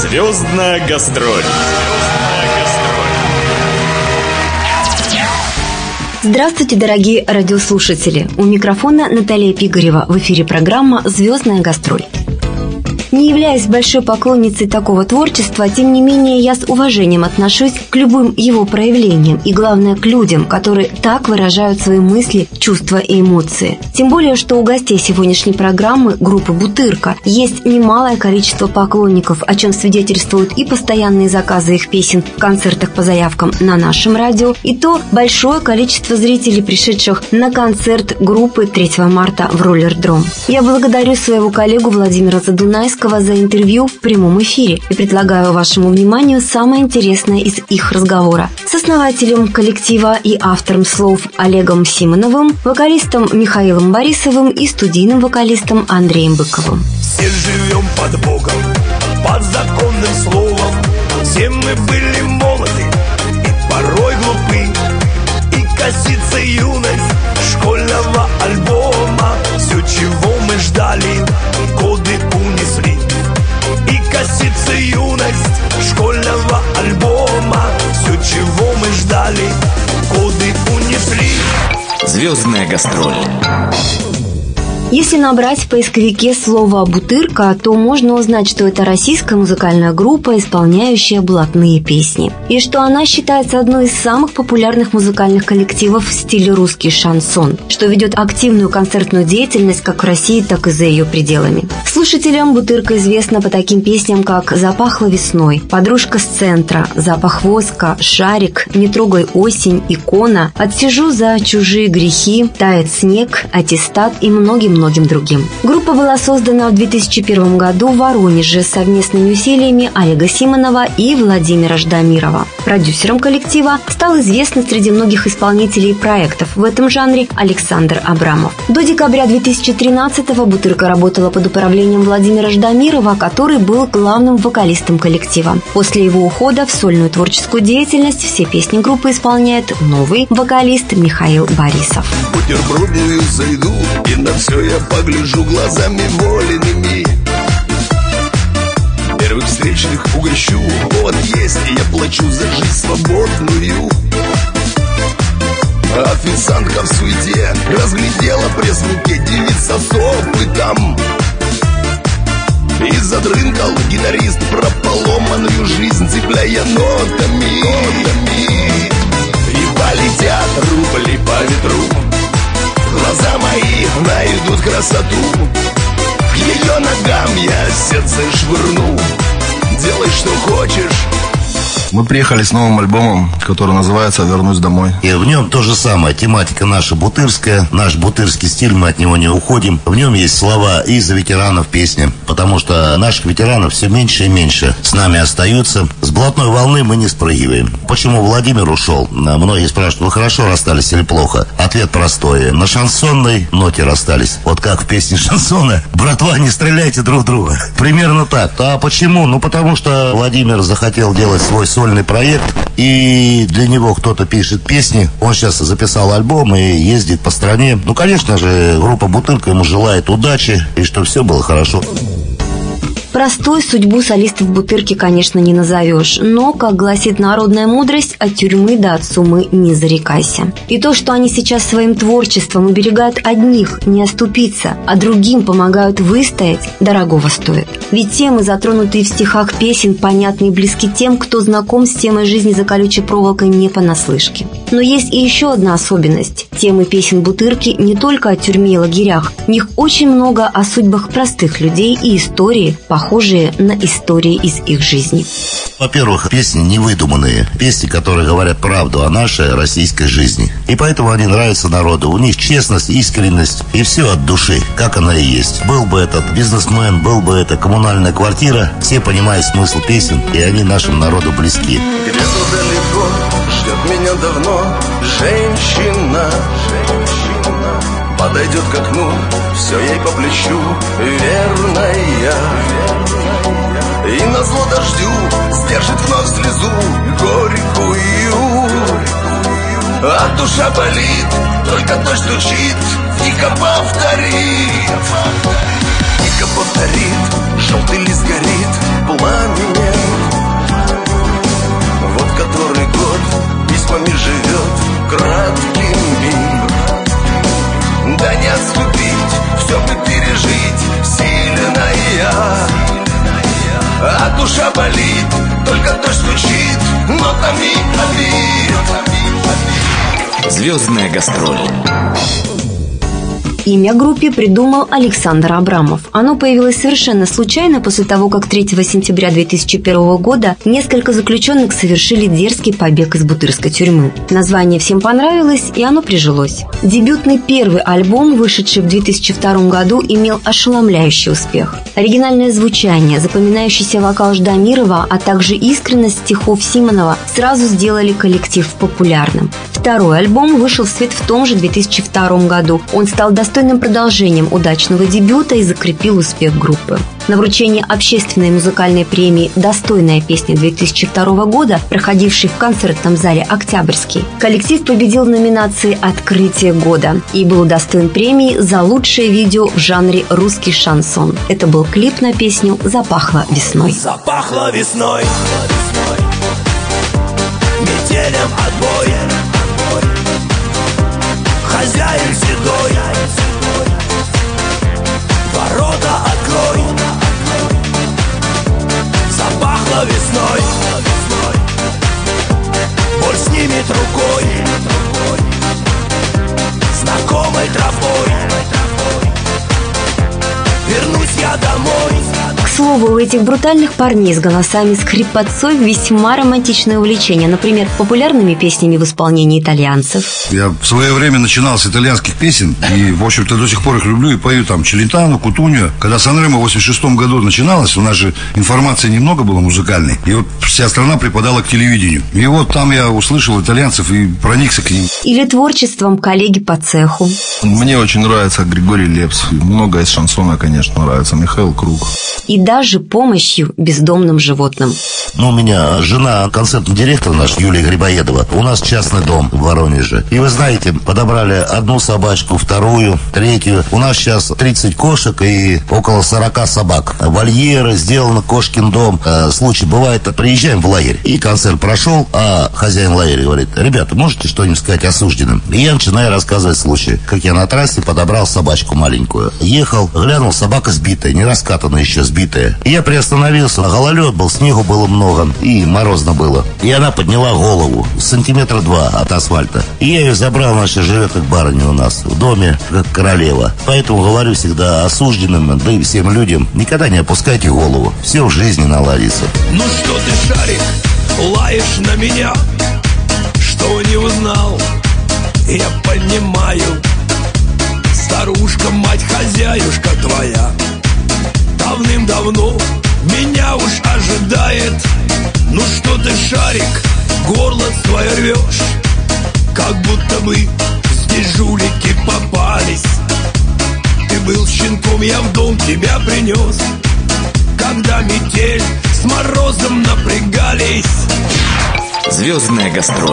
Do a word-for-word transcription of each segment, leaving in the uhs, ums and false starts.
Звездная гастроль. Здравствуйте, дорогие радиослушатели! У микрофона Наталья Пигарева. В эфире программа «Звездная гастроль». Не являясь большой поклонницей такого творчества, тем не менее я с уважением отношусь к любым его проявлениям и, главное, к людям, которые так выражают свои мысли, чувства и эмоции. Тем более, что у гостей сегодняшней программы, группы «Бутырка», есть немалое количество поклонников, о чем свидетельствуют и постоянные заказы их песен в концертах по заявкам на нашем радио, и то большое количество зрителей, пришедших на концерт группы третьего марта в Роллердром. Я благодарю своего коллегу Владимира Задунайского за интервью в прямом эфире и предлагаю вашему вниманию самое интересное из их разговора с основателем коллектива и автором слов Олегом Симоновым, вокалистом Михаилом Борисовым и студийным вокалистом Андреем Быковым. Все живем под Богом, под законным словом. Все мы были молоды и порой глупы, и косится юность школьного альбома. Все, чего мы ждали, годы унесли. И косится юность школьного альбома. Все, чего мы ждали, годы унесли. Звездная гастроль. Если набрать в поисковике слово «бутырка», то можно узнать, что это российская музыкальная группа, исполняющая блатные песни. И что она считается одной из самых популярных музыкальных коллективов в стиле русский шансон, что ведет активную концертную деятельность как в России, так и за ее пределами. Слушателям «Бутырка» известна по таким песням, как «Запахло весной», «Подружка с центра», «Запах воска», «Шарик», «Не трогай осень», «Икона», «Отсижу за чужие грехи», «Тает снег», «Аттестат» и многим многим другим. Группа была создана в две тысячи первом году в Воронеже совместными усилиями Олега Симонова и Владимира Ждамирова. Продюсером коллектива стал известный среди многих исполнителей проектов в этом жанре Александр Абрамов. До декабря две тысячи тринадцатого «Бутырка» работала под управлением Владимира Ждамирова, который был главным вокалистом коллектива. После его ухода в сольную творческую деятельность все песни группы исполняет новый вокалист Михаил Борисов. Бутербродную зайду и на все я погляжу глазами воленными. Первых встречных угощу, вот есть, и я плачу за жизнь свободную. Официантка в суете разглядела пресс-руке девица с опытом. И задрынкал гитарист про поломанную жизнь, цепляя нотами. нотами. И полетят рубли по ветру, глаза мои найдут красоту. К ее ногам я сердце швырну. Делай, что хочешь. Мы приехали с новым альбомом, который называется «Вернусь домой». И в нем то же самое. Тематика наша бутырская. Наш бутырский стиль, мы от него не уходим. В нем есть слова и за ветеранов песни. Потому что наших ветеранов все меньше и меньше с нами остаются. С блатной волны мы не спрыгиваем. Почему Владимир ушел? Многие спрашивают, вы хорошо расстались или плохо? Ответ простой. На шансонной ноте расстались. Вот как в песне шансона. Братва, не стреляйте друг в друга. Примерно так. А почему? Ну потому что Владимир захотел делать свой сольный проект, и для него кто-то пишет песни. Он сейчас записал альбом и ездит по стране. Ну, конечно же, группа «Бутырка» ему желает удачи и чтобы все было хорошо. Простой судьбу солистов «Бутырки», конечно, не назовешь, но, как гласит народная мудрость, от тюрьмы до от сумы не зарекайся. И то, что они сейчас своим творчеством уберегают одних не оступиться, а другим помогают выстоять, дорогого стоит. Ведь темы, затронутые в стихах песен, понятны и близки тем, кто знаком с темой жизни за колючей проволокой не понаслышке. Но есть и еще одна особенность. Темы песен «Бутырки» не только о тюрьме и лагерях. В них очень много о судьбах простых людей и истории, похожие на истории из их жизни. Во-первых, песни невыдуманные. Песни, которые говорят правду о нашей российской жизни. И поэтому они нравятся народу. У них честность, искренность и все от души, как она и есть. Был бы этот бизнесмен, был бы это коммунальная квартира, все понимают смысл песен, и они нашему народу близки. Где-то далеко ждет меня давно женщина. Женщина подойдет к окну, все ей по плечу, верная. И назло дождю сдержит вновь слезу горькую. А душа болит, только дождь стучит, дико повторит. Дико повторит, желтый лист горит, пламенем. Звездная гастроль. Имя группе придумал Александр Абрамов. Оно появилось совершенно случайно после того, как третьего сентября две тысячи первого года несколько заключенных совершили дерзкий побег из бутырской тюрьмы. Название всем понравилось, и оно прижилось. Дебютный первый альбом, вышедший в две тысячи втором году, имел ошеломляющий успех. Оригинальное звучание, запоминающийся вокал Ждамирова, а также искренность стихов Симонова сразу сделали коллектив популярным. Второй альбом вышел в свет в том же две тысячи втором году. Он стал достойным продолжением удачного дебюта и закрепил успех группы. На вручении общественной музыкальной премии «Достойная песня-две тысячи второго года», проходившей в концертном зале «Октябрьский», коллектив победил в номинации «Открытие года» и был удостоен премии за лучшее видео в жанре русский шансон. Это был клип на песню «Запахло весной». Запахло весной, метелем отбой, хозяин седой, ворота открой. Запахло весной, боль снимет рукой, знакомой тропой вернусь я домой. К слову, у этих брутальных парней с голосами скрипотцой весьма романтичное увлечение, например, популярными песнями в исполнении итальянцев. Я в свое время начинал с итальянских песен, и, в общем-то, до сих пор их люблю и пою там Челентано, Кутуньо. Когда Сан-Ремо в восемьдесят шестом году начиналось, у нас же информации немного было музыкальной, и вот вся страна припадала к телевидению. И вот там я услышал итальянцев и проникся к ним. Или творчеством коллеги по цеху. Мне очень нравится Григорий Лепс. Много из шансона, конечно, нравится. Михаил Круг. И даже помощью бездомным животным. Ну, у меня жена, концертный директор наш, Юлия Грибоедова. У нас частный дом в Воронеже. И вы знаете, подобрали одну собачку, вторую, третью. У нас сейчас тридцать кошек и около сорока собак. Вольеры, сделано кошкин дом. Случай бывает, приезжаем в лагерь, и концерт прошел, а хозяин лагеря говорит: ребята, можете что-нибудь сказать осужденным? И я начинаю рассказывать случай, как я на трассе подобрал собачку маленькую. Ехал, глянул, собака сбитая, не раскатана еще, сбитая. И я приостановился, гололед был, снегу было много, и морозно было. И она подняла голову, сантиметра два от асфальта. И я ее забрал, наша живет как барыня у нас, в доме, как королева. Поэтому говорю всегда осужденным, да и всем людям: никогда не опускайте голову, все в жизни наладится. Ну что ты, шарик, лаешь на меня? Что не узнал? Я понимаю, старушка, мать, хозяюшка твоя давным-давно меня уж ожидает. Ну что ты, шарик, горло свое рвешь, как будто бы здесь жулики попались. Ты был щенком, я в дом тебя принес, когда метель с морозом напрягались. Звездная гастроль.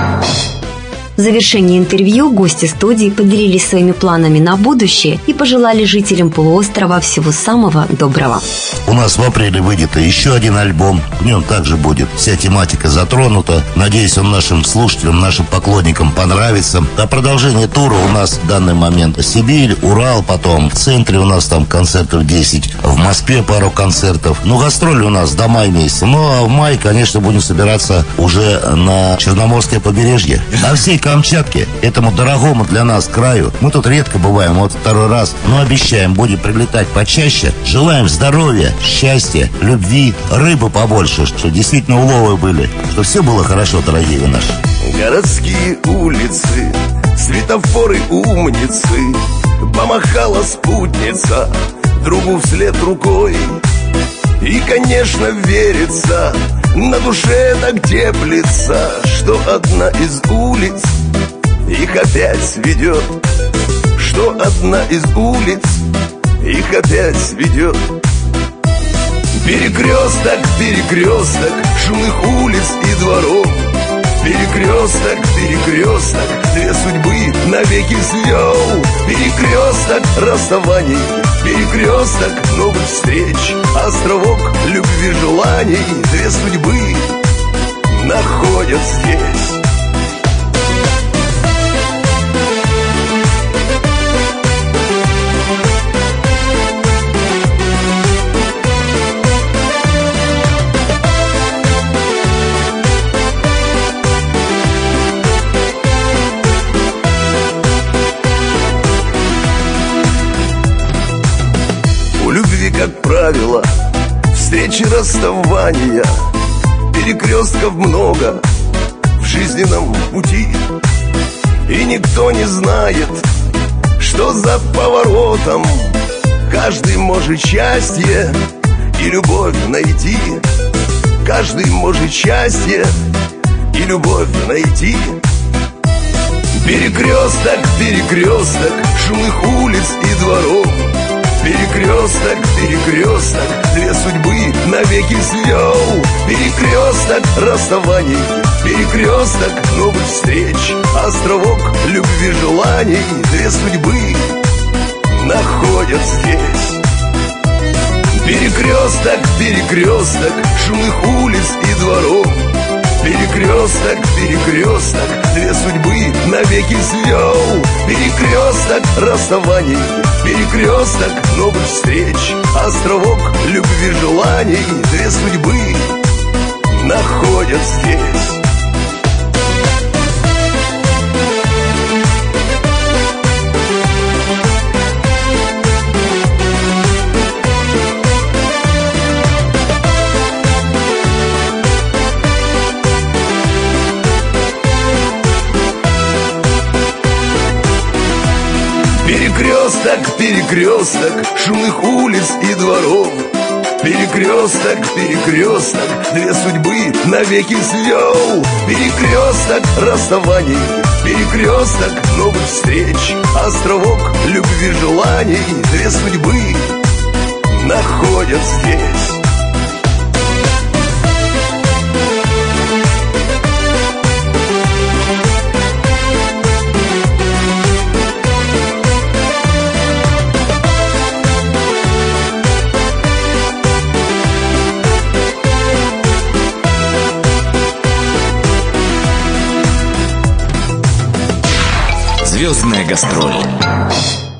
В завершении интервью гости студии поделились своими планами на будущее и пожелали жителям полуострова всего самого доброго. У нас в апреле выйдет еще один альбом. В нем также будет вся тематика затронута. Надеюсь, он нашим слушателям, нашим поклонникам понравится. А продолжение тура у нас в данный момент Сибирь, Урал, потом в центре у нас там концертов десять, в Москве пару концертов. Ну, гастроли у нас до мая месяца. Ну, а в мае, конечно, будем собираться уже на Черноморское побережье. На всей Камчатке, этому дорогому для нас краю. Мы тут редко бываем, вот второй раз, но обещаем, будем прилетать почаще. Желаем здоровья, счастья, любви, рыбы побольше, что действительно уловы были, что все было хорошо, дорогие вы наши. Городские улицы, светофоры умницы, помахала спутница другу вслед рукой. И, конечно, верится, на душе так теплится, что одна из улиц их опять ведет, что одна из улиц их опять ведет. Перекресток, перекресток шумных улиц и дворов, перекресток, перекресток две судьбы навеки свел. Перекресток расставаний, перекресток новых встреч, островок любви, желаний, две судьбы находят здесь. любви, как правило, встречи, расставания, перекрестков много в жизненном пути. И никто не знает, что за поворотом. Каждый может счастье и любовь найти. Каждый может счастье и любовь найти. Перекресток, перекресток шумных улиц и дворов. Перекресток, перекресток две судьбы навеки свел. Перекресток расставаний, перекресток новых встреч, островок любви, желаний. Две судьбы находят здесь. Перекресток, перекресток шумных улиц и дворов. Перекресток, перекресток две судьбы навеки свел. Перекресток расставаний, перекресток новых встреч, островок любви, желаний. Две судьбы находят здесь. Перекресток, перекресток шумных улиц и дворов. Перекресток, перекресток две судьбы навеки свел. Перекресток расставаний, перекресток новых встреч, островок любви, желаний. Две судьбы находят здесь. Звездная гастроль.